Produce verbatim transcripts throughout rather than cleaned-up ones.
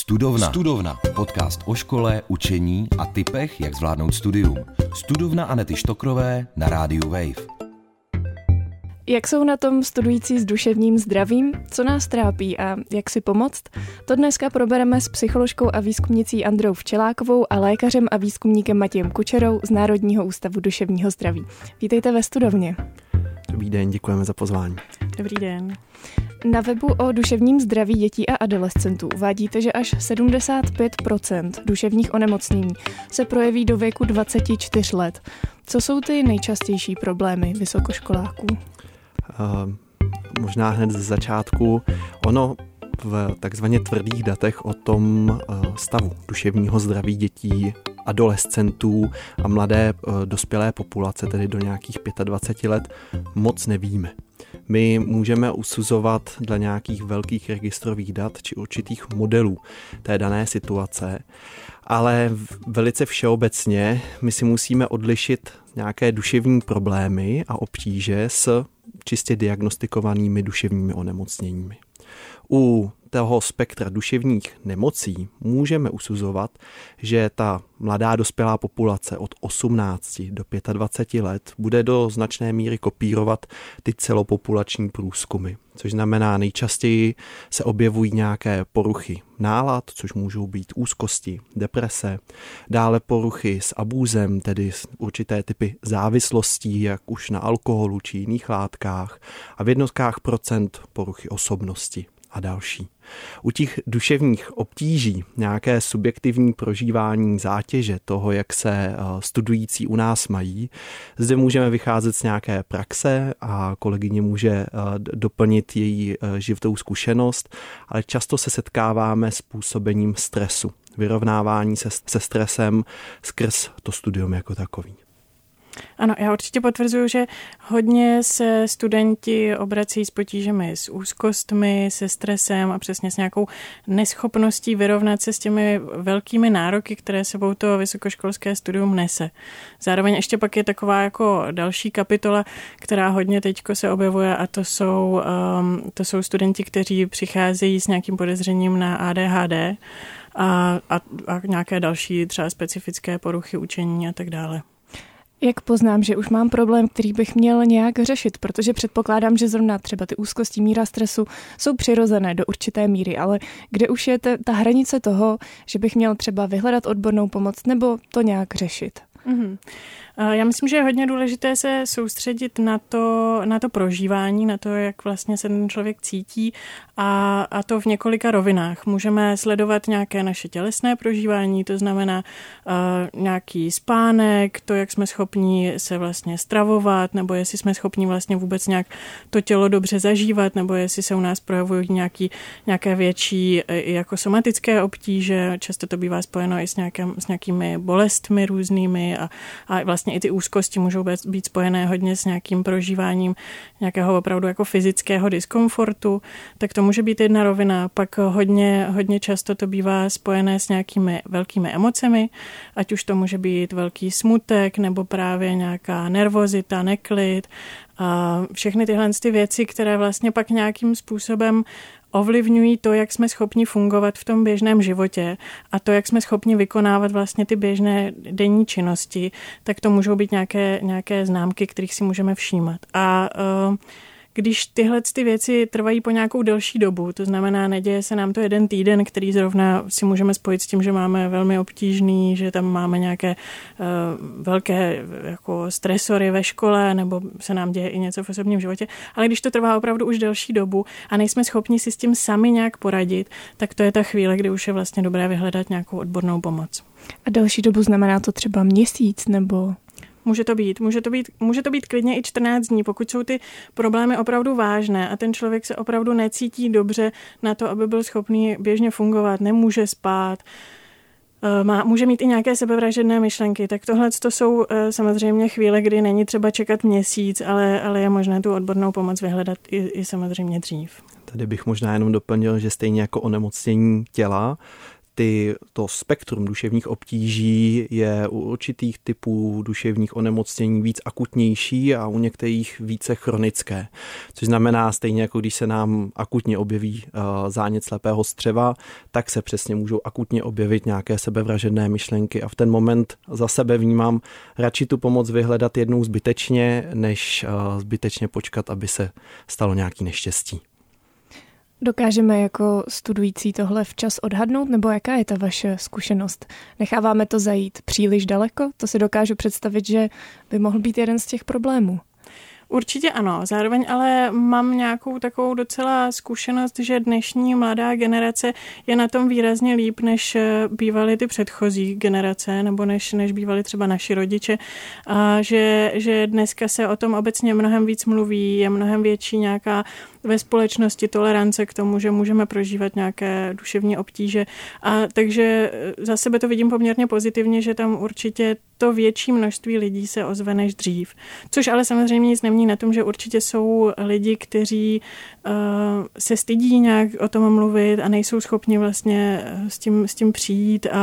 Studovna. Studovna. Podcast o škole, učení a tipech, jak zvládnout studium. Studovna Anety Štokrové na rádiu Wave. Jak jsou na tom studující s duševním zdravím? Co nás trápí a jak si pomoct? To dneska probereme s psycholožkou a výzkumnicí Andreou Včelákovou a lékařem a výzkumníkem Matějem Kučerou z Národního ústavu duševního zdraví. Vítejte ve Studovně. Dobrý den, děkujeme za pozvání. Dobrý den. Na webu o duševním zdraví dětí a adolescentů uvádíte, že až sedmdesát pět procent duševních onemocnění se projeví do věku dvacet čtyři let. Co jsou ty nejčastější problémy vysokoškoláků? Uh, možná hned ze začátku. Ono v takzvaně tvrdých datech o tom uh, stavu duševního zdraví dětí, adolescentů a mladé uh, dospělé populace, tedy do nějakých dvacet pět let, moc nevíme. My můžeme usuzovat dle nějakých velkých registrových dat či určitých modelů té dané situace, ale velice všeobecně my si musíme odlišit nějaké duševní problémy a obtíže s čistě diagnostikovanými duševními onemocněními. U toho spektra duševních nemocí můžeme usuzovat, že ta mladá dospělá populace od osmnácti do dvacet pět let bude do značné míry kopírovat ty celopopulační průzkumy, což znamená nejčastěji se objevují nějaké poruchy nálad, což můžou být úzkosti, deprese, dále poruchy s abúzem, tedy určité typy závislostí, jak už na alkoholu či jiných látkách, a v jednotkách procent poruchy osobnosti a další. U těch duševních obtíží, nějaké subjektivní prožívání zátěže toho, jak se studující u nás mají, zde můžeme vycházet z nějaké praxe a kolegyně může doplnit její životou zkušenost, ale často se setkáváme s působením stresu, vyrovnávání se se stresem skrz to studium jako takový. Ano, já určitě potvrzuju, že hodně se studenti obrací s potížemi, s úzkostmi, se stresem a přesně s nějakou neschopností vyrovnat se s těmi velkými nároky, které sebou to vysokoškolské studium nese. Zároveň ještě pak je taková jako další kapitola, která hodně teďko se objevuje, a to jsou, um, to jsou studenti, kteří přicházejí s nějakým podezřením na A D H D a, a, a nějaké další třeba specifické poruchy učení a tak dále. Jak poznám, že už mám problém, který bych měl nějak řešit, protože předpokládám, že zrovna třeba ty úzkosti, míra stresu jsou přirozené do určité míry, ale kde už je ta, ta hranice toho, že bych měl třeba vyhledat odbornou pomoc nebo to nějak řešit? Mm-hmm. Já myslím, že je hodně důležité se soustředit na to, na to prožívání, na to, jak vlastně se ten člověk cítí, a, a to v několika rovinách. Můžeme sledovat nějaké naše tělesné prožívání, to znamená uh, nějaký spánek, to, jak jsme schopni se vlastně stravovat, nebo jestli jsme schopni vlastně vůbec nějak to tělo dobře zažívat, nebo jestli se u nás projevují nějaký, nějaké větší jako somatické obtíže. Často to bývá spojeno i s, nějakým, s nějakými bolestmi různými a, a vlastně i ty úzkosti můžou být spojené hodně s nějakým prožíváním nějakého opravdu jako fyzického diskomfortu, tak to může být jedna rovina. Pak hodně, hodně často to bývá spojené s nějakými velkými emocemi, ať už to může být velký smutek nebo právě nějaká nervozita, neklid. A všechny tyhle ty věci, které vlastně pak nějakým způsobem ovlivňují to, jak jsme schopni fungovat v tom běžném životě a to, jak jsme schopni vykonávat vlastně ty běžné denní činnosti, tak to můžou být nějaké, nějaké známky, kterých si můžeme všímat. A uh, když tyhle ty věci trvají po nějakou delší dobu, to znamená, neděje se nám to jeden týden, který zrovna si můžeme spojit s tím, že máme velmi obtížný, že tam máme nějaké uh, velké jako stresory ve škole, nebo se nám děje i něco v osobním životě, ale když to trvá opravdu už delší dobu a nejsme schopni si s tím sami nějak poradit, tak to je ta chvíle, kdy už je vlastně dobré vyhledat nějakou odbornou pomoc. A delší dobu znamená to třeba měsíc nebo... Může to být, může to být, může to být klidně i čtrnáct dní, pokud jsou ty problémy opravdu vážné a ten člověk se opravdu necítí dobře na to, aby byl schopný běžně fungovat, nemůže spát, má, může mít i nějaké sebevražedné myšlenky, tak tohle to jsou samozřejmě chvíle, kdy není třeba čekat měsíc, ale, ale je možné tu odbornou pomoc vyhledat i, i samozřejmě dřív. Tady bych možná jenom doplnil, že stejně jako onemocnění těla, ty, to spektrum duševních obtíží je u určitých typů duševních onemocnění víc akutnější a u některých více chronické. Což znamená, stejně jako když se nám akutně objeví uh, zánět slepého střeva, tak se přesně můžou akutně objevit nějaké sebevražedné myšlenky a v ten moment za sebe vnímám radši tu pomoc vyhledat jednou zbytečně, než uh, zbytečně počkat, aby se stalo nějaký neštěstí. Dokážeme jako studující tohle včas odhadnout, nebo jaká je ta vaše zkušenost? Necháváme to zajít příliš daleko? To si dokážu představit, že by mohl být jeden z těch problémů. Určitě ano, zároveň ale mám nějakou takovou docela zkušenost, že dnešní mladá generace je na tom výrazně líp, než bývaly ty předchozí generace, nebo než, než bývaly třeba naši rodiče. A že, že dneska se o tom obecně mnohem víc mluví, je mnohem větší nějaká ve společnosti tolerance k tomu, že můžeme prožívat nějaké duševní obtíže. A takže za sebe to vidím poměrně pozitivně, že tam určitě to větší množství lidí se ozve než dřív. Což ale samozřejmě nic nemění na tom, že určitě jsou lidi, kteří uh, se stydí nějak o tom mluvit a nejsou schopni vlastně s tím, s tím přijít a,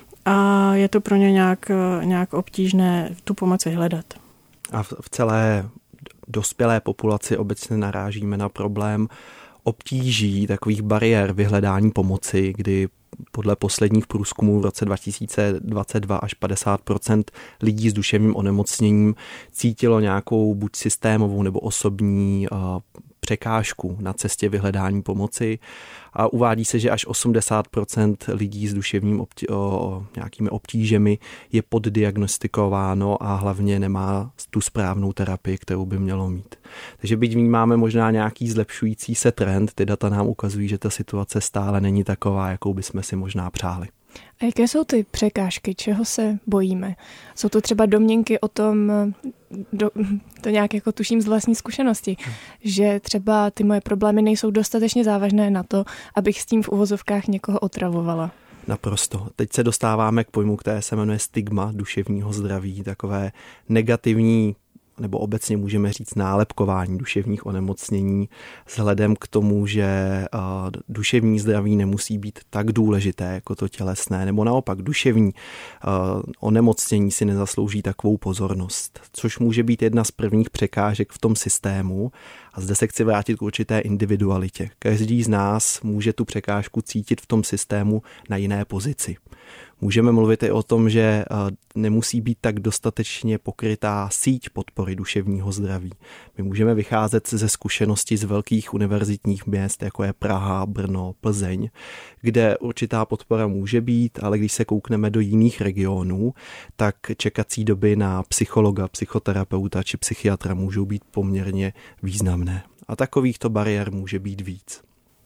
a je to pro ně nějak, nějak obtížné tu pomoc vyhledat. A v, v celé dospělé populaci obecně narážíme na problém obtíží, takových bariér vyhledání pomoci, kdy podle posledních průzkumů v roce dva tisíce dvacet dva až padesát procent lidí s duševním onemocněním cítilo nějakou buď systémovou nebo osobní uh, překážku na cestě vyhledání pomoci a uvádí se, že až osmdesát procent lidí s duševním obtí, o, nějakými obtížemi je poddiagnostikováno a hlavně nemá tu správnou terapii, kterou by mělo mít. Takže byť vnímáme možná nějaký zlepšující se trend, ty data nám ukazují, že ta situace stále není taková, jakou bychom si možná přáli. A jaké jsou ty překážky, čeho se bojíme? Jsou to třeba domněnky o tom, do, to nějak jako tuším z vlastní zkušenosti, že třeba ty moje problémy nejsou dostatečně závažné na to, abych s tím v uvozovkách někoho otravovala. Naprosto. Teď se dostáváme k pojmu, které se jmenuje stigma duševního zdraví, takové negativní nebo obecně můžeme říct nálepkování duševních onemocnění vzhledem k tomu, že uh, duševní zdraví nemusí být tak důležité jako to tělesné, nebo naopak duševní uh, onemocnění si nezaslouží takovou pozornost, což může být jedna z prvních překážek v tom systému. A zde se chci vrátit k určité individualitě. Každý z nás může tu překážku cítit v tom systému na jiné pozici. Můžeme mluvit i o tom, že nemusí být tak dostatečně pokrytá síť podpory duševního zdraví. My můžeme vycházet ze zkušeností z velkých univerzitních měst, jako je Praha, Brno, Plzeň, kde určitá podpora může být, ale když se koukneme do jiných regionů, tak čekací doby na psychologa, psychoterapeuta či psychiatra můžou být poměrně významné. A takovýchto bariér může být víc.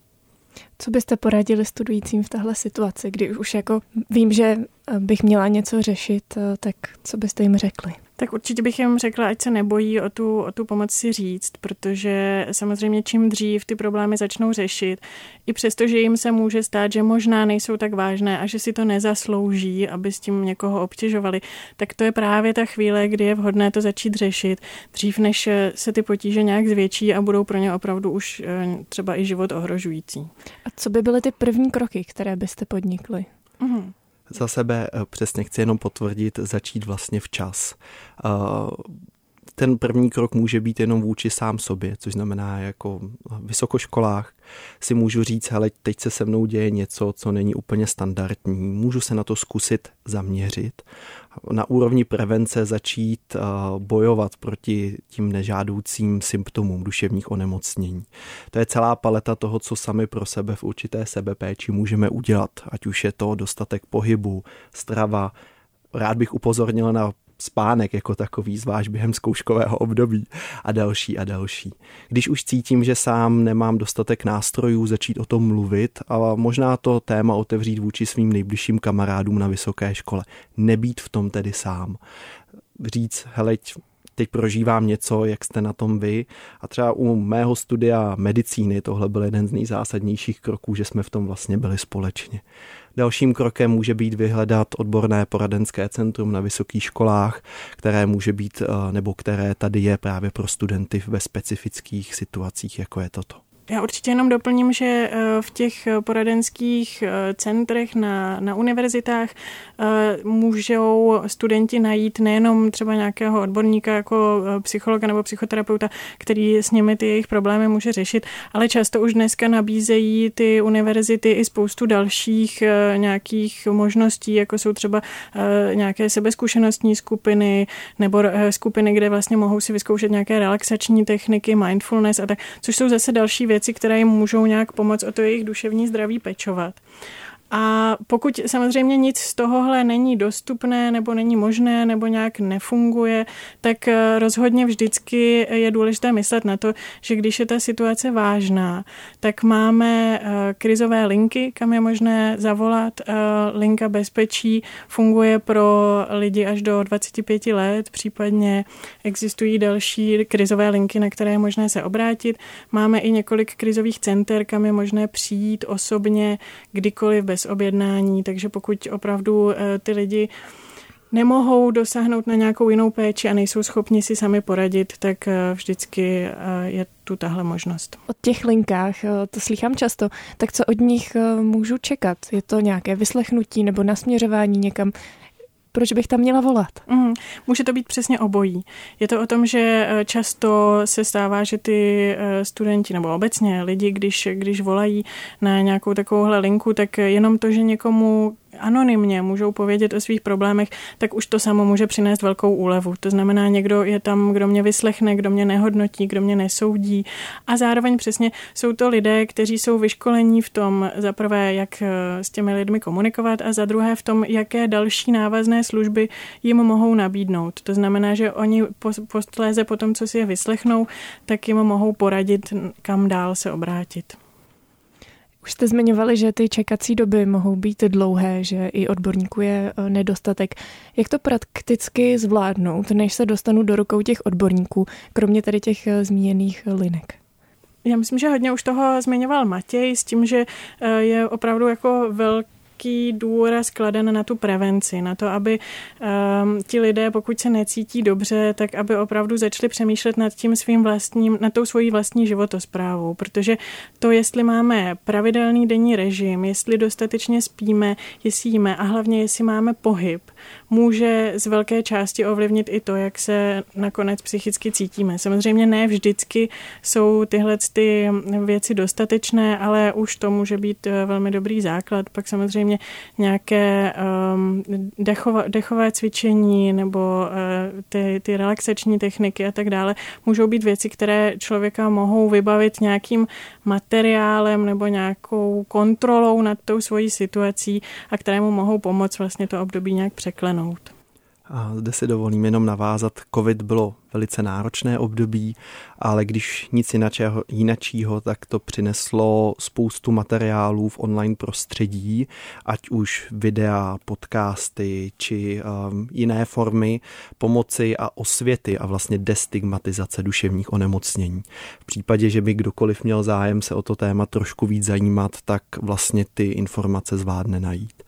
Co byste poradili studujícím v téhle situaci, kdy už jako vím, že bych měla něco řešit, tak co byste jim řekli? Tak určitě bych jim řekla, ať se nebojí o tu, o tu pomoc si říct, protože samozřejmě čím dřív ty problémy začnou řešit, i přesto, že jim se může stát, že možná nejsou tak vážné a že si to nezaslouží, aby s tím někoho obtěžovali, tak to je právě ta chvíle, kdy je vhodné to začít řešit, dřív než se ty potíže nějak zvětší a budou pro ně opravdu už třeba i život ohrožující. A co by byly ty první kroky, které byste podnikli? Mhm. Za sebe přesně chci jenom potvrdit, začít vlastně včas. Ten první krok může být jenom vůči sám sobě, což znamená jako v vysokoškolách si můžu říct, hele, teď se se mnou děje něco, co není úplně standardní, můžu se na to zkusit zaměřit, na úrovni prevence začít bojovat proti tím nežádoucím symptomům duševních onemocnění. To je celá paleta toho, co sami pro sebe v určité sebepéči můžeme udělat, ať už je to dostatek pohybu, strava. Rád bych upozornil na spánek jako takový, zvlášť během zkouškového období a další a další. Když už cítím, že sám nemám dostatek nástrojů, začít o tom mluvit a možná to téma otevřít vůči svým nejbližším kamarádům na vysoké škole. Nebýt v tom tedy sám. Říct, heleď, teď prožívám něco, jak jste na tom vy. A třeba u mého studia medicíny tohle byl jeden z nejzásadnějších kroků, že jsme v tom vlastně byli společně. Dalším krokem může být vyhledat odborné poradenské centrum na vysokých školách, které může být, nebo které tady je právě pro studenty ve specifických situacích, jako je toto. Já určitě jenom doplním, že v těch poradenských centrech na, na univerzitách můžou studenti najít nejenom třeba nějakého odborníka jako psychologa nebo psychoterapeuta, který s nimi ty jejich problémy může řešit, ale často už dneska nabízejí ty univerzity i spoustu dalších nějakých možností, jako jsou třeba nějaké sebezkušenostní skupiny nebo skupiny, kde vlastně mohou si vyzkoušet nějaké relaxační techniky, mindfulness a tak, což jsou zase další věci, které jim můžou nějak pomoct o to jejich duševní zdraví pečovat. A pokud samozřejmě nic z tohohle není dostupné nebo není možné nebo nějak nefunguje, tak rozhodně vždycky je důležité myslet na to, že když je ta situace vážná, tak máme krizové linky, kam je možné zavolat. Linka bezpečí funguje pro lidi až do dvacet pět let, případně existují další krizové linky, na které je možné se obrátit. Máme i několik krizových center, kam je možné přijít osobně kdykoliv bez objednání, takže pokud opravdu ty lidi nemohou dosáhnout na nějakou jinou péči a nejsou schopni si sami poradit, tak vždycky je tu tahle možnost. O těch linkách, to slýchám často, tak co od nich můžu čekat? Je to nějaké vyslechnutí nebo nasměřování někam? Proč bych tam měla volat? Mm, může to být přesně obojí. Je to o tom, že často se stává, že ty studenti nebo obecně lidi, když, když volají na nějakou takovouhle linku, tak jenom to, že někomu anonymně můžou povědět o svých problémech, tak už to samo může přinést velkou úlevu. To znamená, někdo je tam, kdo mě vyslechne, kdo mě nehodnotí, kdo mě nesoudí. A zároveň přesně jsou to lidé, kteří jsou vyškolení v tom, za prvé, jak s těmi lidmi komunikovat a za druhé v tom, jaké další návazné služby jim mohou nabídnout. To znamená, že oni posléze po tom, co si je vyslechnou, tak jim mohou poradit, kam dál se obrátit. Už jste zmiňovali, že ty čekací doby mohou být dlouhé, že i odborníků je nedostatek. Jak to prakticky zvládnout, než se dostanu do rukou těch odborníků, kromě tady těch zmíněných linek? Já myslím, že hodně už toho zmiňoval Matěj s tím, že je opravdu jako velký důraz kladen na tu prevenci, na to, aby um, ti lidé, pokud se necítí dobře, tak aby opravdu začali přemýšlet nad tím svým vlastním, nad tou svojí vlastní životosprávou, protože to, jestli máme pravidelný denní režim, jestli dostatečně spíme, jestli jíme a hlavně jestli máme pohyb, může z velké části ovlivnit i to, jak se nakonec psychicky cítíme. Samozřejmě ne vždycky jsou tyhle ty věci dostatečné, ale už to může být velmi dobrý základ. Pak samozřejmě nějaké um, dechova, dechové cvičení nebo uh, ty, ty relaxační techniky a tak dále můžou být věci, které člověka mohou vybavit nějakým materiálem nebo nějakou kontrolou nad tou svojí situací a které mu mohou pomoct vlastně to období nějak překlenout. A zde si dovolím jenom navázat, covid bylo velice náročné období, ale když nic jináčího, jináčího, tak to přineslo spoustu materiálů v online prostředí, ať už videa, podcasty či um, jiné formy pomoci a osvěty a vlastně destigmatizace duševních onemocnění. V případě, že by kdokoliv měl zájem se o to téma trošku víc zajímat, tak vlastně ty informace zvládne najít.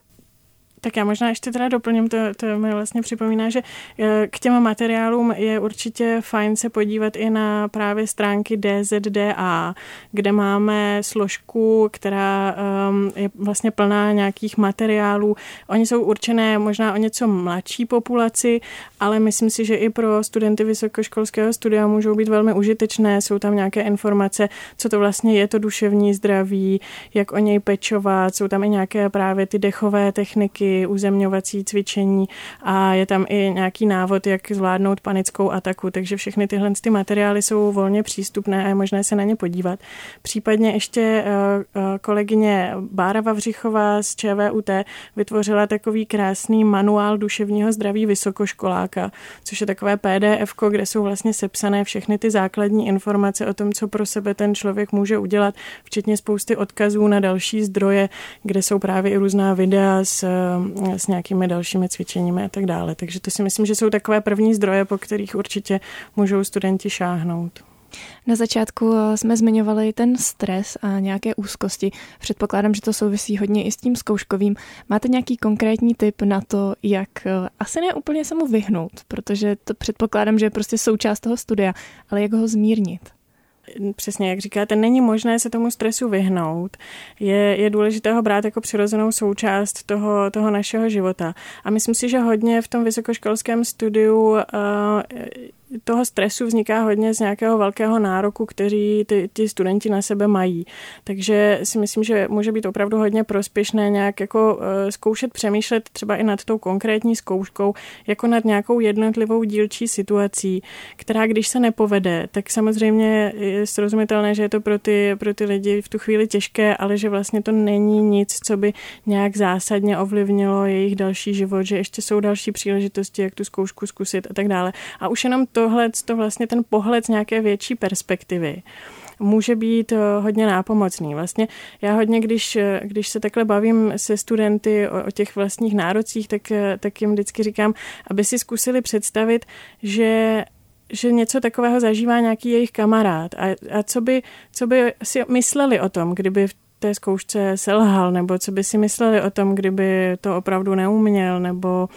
Tak já možná ještě teda doplním, to, to mi vlastně připomíná, že k těm materiálům je určitě fajn se podívat i na právě stránky D Z D A, kde máme složku, která um, je vlastně plná nějakých materiálů. Oni jsou určené možná o něco mladší populaci, ale myslím si, že i pro studenty vysokoškolského studia můžou být velmi užitečné. Jsou tam nějaké informace, co to vlastně je to duševní zdraví, jak o něj pečovat, jsou tam i nějaké právě ty dechové techniky, uzemňovací cvičení a je tam i nějaký návod, jak zvládnout panickou ataku, takže všechny tyhle ty materiály jsou volně přístupné a je možné se na ně podívat. Případně ještě kolegyně Bára Vavřichová z Č V U T vytvořila takový krásný manuál duševního zdraví vysokoškoláka, což je takové P D F, kde jsou vlastně sepsané všechny ty základní informace o tom, co pro sebe ten člověk může udělat, včetně spousty odkazů na další zdroje, kde jsou právě i různá videa s s nějakými dalšími cvičeními a tak dále. Takže to si myslím, že jsou takové první zdroje, po kterých určitě můžou studenti šáhnout. Na začátku jsme zmiňovali ten stres a nějaké úzkosti. Předpokládám, že to souvisí hodně i s tím zkouškovým. Máte nějaký konkrétní tip na to, jak asi ne úplně se mu vyhnout, protože to předpokládám, že je prostě součást toho studia, ale jak ho zmírnit? přesně jak říkáte, není možné se tomu stresu vyhnout. Je, je důležité ho brát jako přirozenou součást toho, toho našeho života. A myslím si, že hodně v tom vysokoškolském studiu uh, toho stresu vzniká hodně z nějakého velkého nároku, který ty, ty studenti na sebe mají. Takže si myslím, že může být opravdu hodně prospěšné nějak jako uh, zkoušet přemýšlet třeba i nad tou konkrétní zkouškou, jako nad nějakou jednotlivou dílčí situací, která když se nepovede, tak samozřejmě je srozumitelné, že je to pro ty, pro ty lidi v tu chvíli těžké, ale že vlastně to není nic, co by nějak zásadně ovlivnilo jejich další život, že ještě jsou další příležitosti, jak tu zkoušku zkusit a tak dále. A už jenom tohle, to vlastně ten pohled z nějaké větší perspektivy může být hodně nápomocný. Vlastně já hodně, když, když se takhle bavím se studenty o, o těch vlastních nárocích, tak, tak jim vždycky říkám, aby si zkusili představit, že že něco takového zažívá nějaký jejich kamarád a, a co by, co by si mysleli o tom, kdyby v té zkoušce selhal, nebo co by si mysleli o tom, kdyby to opravdu neuměl, nebo,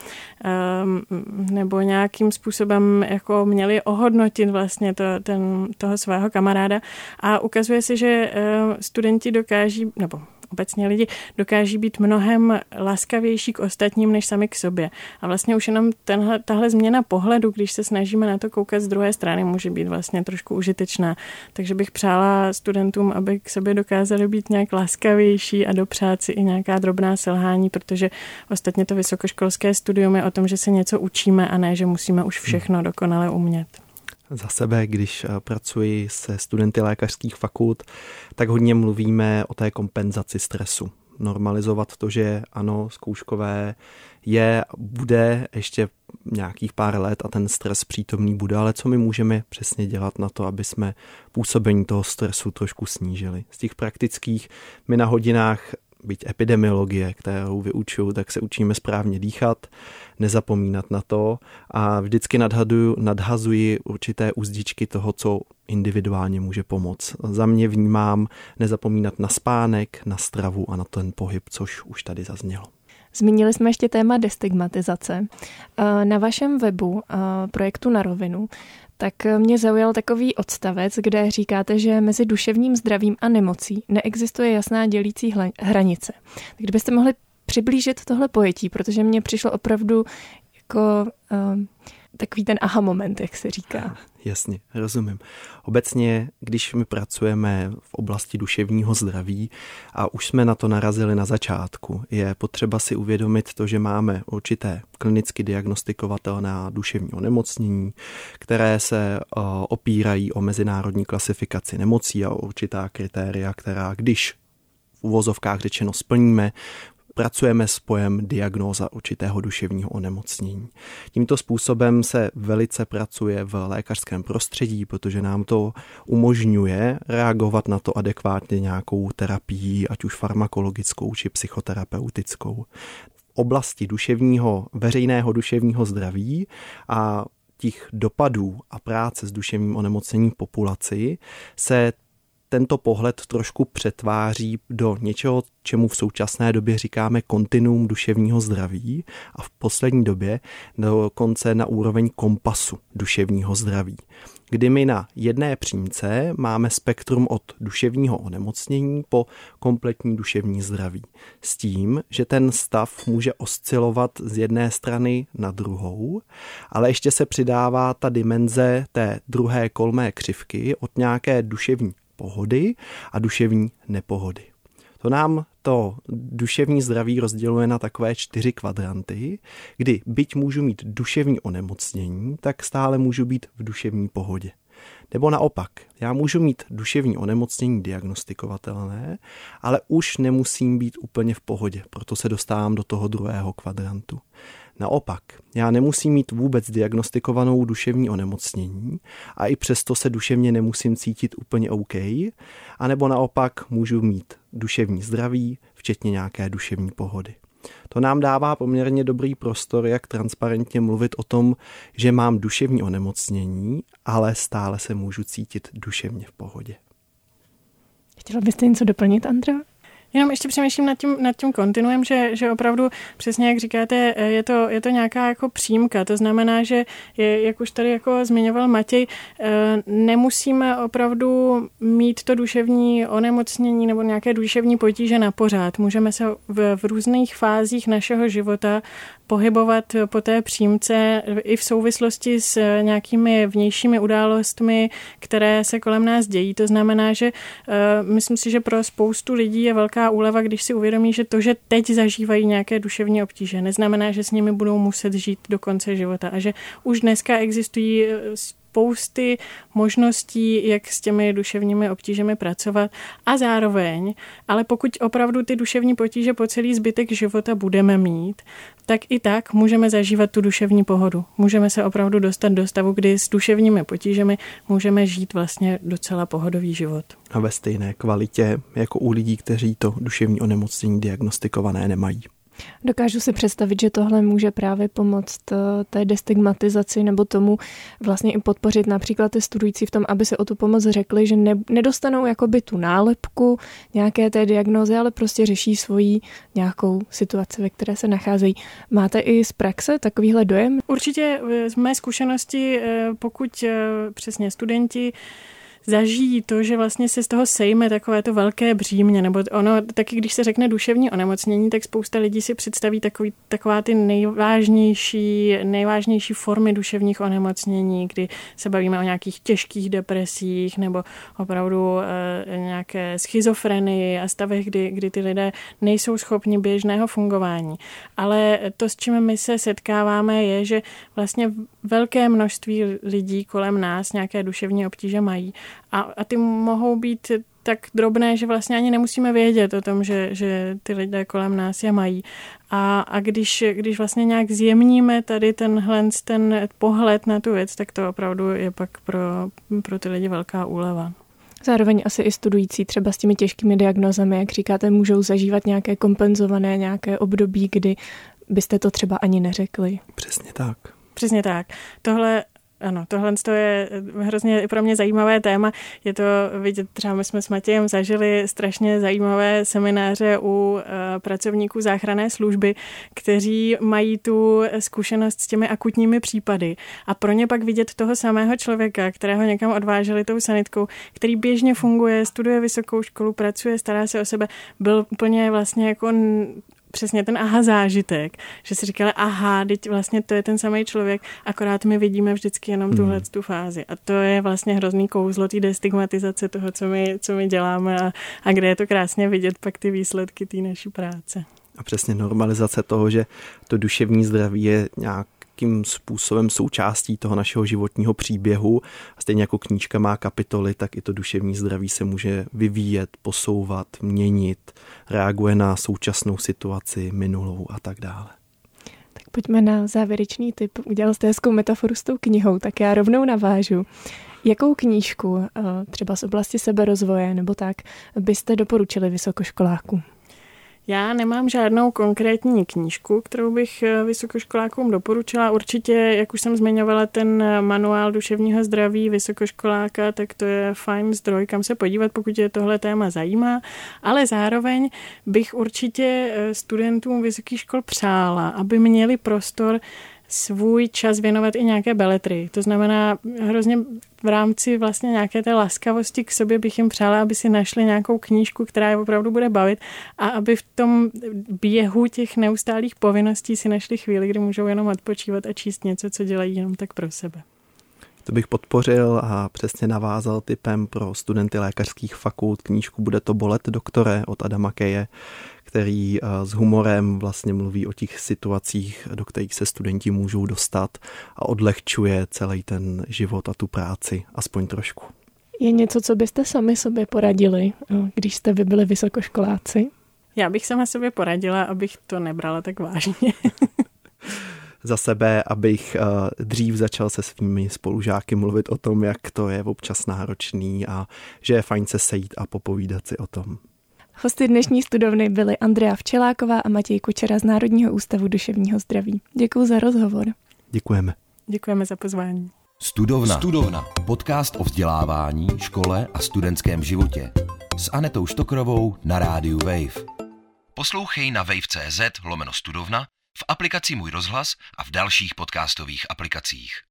um, nebo nějakým způsobem jako měli ohodnotit vlastně to, ten, toho svého kamaráda. A ukazuje se, že uh, studenti dokáží, nebo obecně lidi dokáží být mnohem laskavější k ostatním než sami k sobě. A vlastně už jenom tenhle, tahle změna pohledu, když se snažíme na to koukat z druhé strany, může být vlastně trošku užitečná. Takže bych přála studentům, aby k sobě dokázali být nějak laskavější a dopřát si i nějaká drobná selhání, protože ostatně to vysokoškolské studium je o tom, že se něco učíme a ne, že musíme už všechno dokonale umět. Za sebe, když pracuji se studenty lékařských fakult, tak hodně mluvíme o té kompenzaci stresu. Normalizovat to, že ano, zkouškové je, bude ještě nějakých pár let a ten stres přítomný bude, ale co my můžeme přesně dělat na to, aby jsme působení toho stresu trošku snížili. Z těch praktických my na hodinách byť epidemiologie, kterou vyučuju, tak se učíme správně dýchat, nezapomínat na to a vždycky nadhaduju, nadhazuji určité uzdičky toho, co individuálně může pomoct. Za mě vnímám nezapomínat na spánek, na stravu a na ten pohyb, což už tady zaznělo. Zmínili jsme ještě téma destigmatizace. Na vašem webu projektu Na rovinu tak mě zaujal takový odstavec, kde říkáte, že mezi duševním zdravím a nemocí neexistuje jasná dělící hranice. Tak kdybyste mohli přiblížit tohle pojetí, protože mně přišlo opravdu jako uh, takový ten aha moment, jak se říká. Jasně, rozumím. Obecně, když my pracujeme v oblasti duševního zdraví a už jsme na to narazili na začátku, je potřeba si uvědomit to, že máme určité klinicky diagnostikovatelná duševní onemocnění, které se uh, opírají o mezinárodní klasifikaci nemocí a o určitá kritéria, která, když v uvozovkách řečeno splníme, pracujeme s pojem diagnóza určitého duševního onemocnění. Tímto způsobem se velice pracuje v lékařském prostředí, protože nám to umožňuje reagovat na to adekvátně nějakou terapii, ať už farmakologickou či psychoterapeutickou. V oblasti duševního, veřejného duševního zdraví a těch dopadů a práce s duševním onemocněním populaci se tento pohled trošku přetváří do něčeho, čemu v současné době říkáme kontinuum duševního zdraví a v poslední době dokonce na úroveň kompasu duševního zdraví, kdy my na jedné přímce máme spektrum od duševního onemocnění po kompletní duševní zdraví. S tím, že ten stav může oscilovat z jedné strany na druhou, ale ještě se přidává ta dimenze té druhé kolmé křivky od nějaké duševní pohody a duševní nepohody. To nám to duševní zdraví rozděluje na takové čtyři kvadranty, kdy byť můžu mít duševní onemocnění, tak stále můžu být v duševní pohodě. Nebo naopak, já můžu mít duševní onemocnění diagnostikovatelné, ale už nemusím být úplně v pohodě, proto se dostávám do toho druhého kvadrantu. Naopak, já nemusím mít vůbec diagnostikovanou duševní onemocnění a i přesto se duševně nemusím cítit úplně OK, anebo naopak můžu mít duševní zdraví, včetně nějaké duševní pohody. To nám dává poměrně dobrý prostor, jak transparentně mluvit o tom, že mám duševní onemocnění, ale stále se můžu cítit duševně v pohodě. Chtěla byste něco doplnit, Andra? Jenom ještě přemýšlím nad tím, nad tím kontinuem, že, že opravdu přesně jak říkáte, je to, je to nějaká jako přímka. To znamená, že je, jak už tady jako zmiňoval Matěj, nemusíme opravdu mít to duševní onemocnění nebo nějaké duševní potíže na pořád. Můžeme se v, v různých fázích našeho života pohybovat po té přímce i v souvislosti s nějakými vnějšími událostmi, které se kolem nás dějí. To znamená, že uh, myslím si, že pro spoustu lidí je velká úleva, když si uvědomí, že to, že teď zažívají nějaké duševní obtíže, neznamená, že s nimi budou muset žít do konce života a že už dneska existují spousty možností, jak s těmi duševními obtížemi pracovat a zároveň, ale pokud opravdu ty duševní potíže po celý zbytek života budeme mít, tak i tak můžeme zažívat tu duševní pohodu. Můžeme se opravdu dostat do stavu, kdy s duševními potížemi můžeme žít vlastně docela pohodový život. A ve stejné kvalitě jako u lidí, kteří to duševní onemocnění diagnostikované nemají. Dokážu si představit, že tohle může právě pomoct té destigmatizaci nebo tomu vlastně i podpořit například ty studující v tom, aby si o tu pomoc řekli, že ne, nedostanou jakoby tu nálepku nějaké té diagnózy, ale prostě řeší svoji nějakou situaci, ve které se nacházejí. Máte i z praxe takovýhle dojem? Určitě z mé zkušenosti, pokud přesně studenti zažijí to, že vlastně se z toho sejme takové to velké břímě, nebo ono taky, když se řekne duševní onemocnění, tak spousta lidí si představí takový, taková ty nejvážnější, nejvážnější formy duševních onemocnění, kdy se bavíme o nějakých těžkých depresích nebo opravdu e, nějaké schizofrenii a stavech, kdy, kdy ty lidé nejsou schopni běžného fungování. Ale to, s čím my se setkáváme, je, že vlastně velké množství lidí kolem nás nějaké duševní obtíže mají. A, a ty mohou být tak drobné, že vlastně ani nemusíme vědět o tom, že, že ty lidé kolem nás je mají. A, a když, když vlastně nějak zjemníme tady tenhle ten pohled na tu věc, tak to opravdu je pak pro, pro ty lidi velká úleva. Zároveň asi i studující třeba s těmi těžkými diagnózami, jak říkáte, můžou zažívat nějaké kompenzované, nějaké období, kdy byste to třeba ani neřekli. Přesně tak. Přesně tak. Tohle Ano, tohle je hrozně pro mě zajímavé téma. Je to vidět, třeba my jsme s Matějem zažili strašně zajímavé semináře u uh, pracovníků záchranné služby, kteří mají tu zkušenost s těmi akutními případy. A pro ně pak vidět toho samého člověka, kterého někam odváželi tou sanitkou, který běžně funguje, studuje vysokou školu, pracuje, stará se o sebe, byl úplně vlastně jako přesně ten aha zážitek, že si říkali, aha, teď vlastně to je ten samý člověk, akorát my vidíme vždycky jenom tuhle hmm. tu fázi. A to je vlastně hrozný kouzlo té destigmatizace toho, co my, co my děláme a, a kde je to krásně vidět pak ty výsledky té naší práce. A přesně normalizace toho, že to duševní zdraví je nějakým způsobem součástí toho našeho životního příběhu. A stejně jako knížka má kapitoly, tak i to duševní zdraví se může vyvíjet, posouvat, měnit, reaguje na současnou situaci, minulou a tak dále. Tak pojďme na závěrečný tip. Udělal jste hezkou metaforu s tou knihou, tak já rovnou navážu. Jakou knížku, třeba z oblasti seberozvoje nebo tak, byste doporučili vysokoškolákům? Já nemám žádnou konkrétní knížku, kterou bych vysokoškolákům doporučila. Určitě, jak už jsem zmiňovala, ten manuál duševního zdraví vysokoškoláka, tak to je fajn zdroj, kam se podívat, pokud je tohle téma zajímá. Ale zároveň bych určitě studentům vysokých škol přála, aby měli prostor svůj čas věnovat i nějaké beletry. To znamená hrozně v rámci vlastně nějaké té laskavosti k sobě bych jim přála, aby si našli nějakou knížku, která je opravdu bude bavit a aby v tom běhu těch neustálých povinností si našli chvíli, kdy můžou jenom odpočívat a číst něco, co dělají jenom tak pro sebe. To bych podpořil a přesně navázal tipem pro studenty lékařských fakult. Knížku Bude to bolet, doktore od Adama Keje, který s humorem vlastně mluví o těch situacích, do kterých se studenti můžou dostat a odlehčuje celý ten život a tu práci, aspoň trošku. Je něco, co byste sami sobě poradili, když jste vy byli vysokoškoláci? Já bych sama sobě poradila, abych to nebrala tak vážně. Za sebe, abych dřív začal se svými spolužáky mluvit o tom, jak to je občas náročný a že je fajn se sejít a popovídat si o tom. Hosty dnešní studovny byly Andrea Včeláková a Matěj Kučera z Národního ústavu duševního zdraví. Děkuji za rozhovor. Děkujeme. Děkujeme za pozvání. Studovna. Studovna. Podcast o vzdělávání, škole a studentském životě. s Anetou Štokrovou na rádiu Wave. Poslouchej na wave.cz lomeno studovna, v aplikaci Můj rozhlas a v dalších podcastových aplikacích.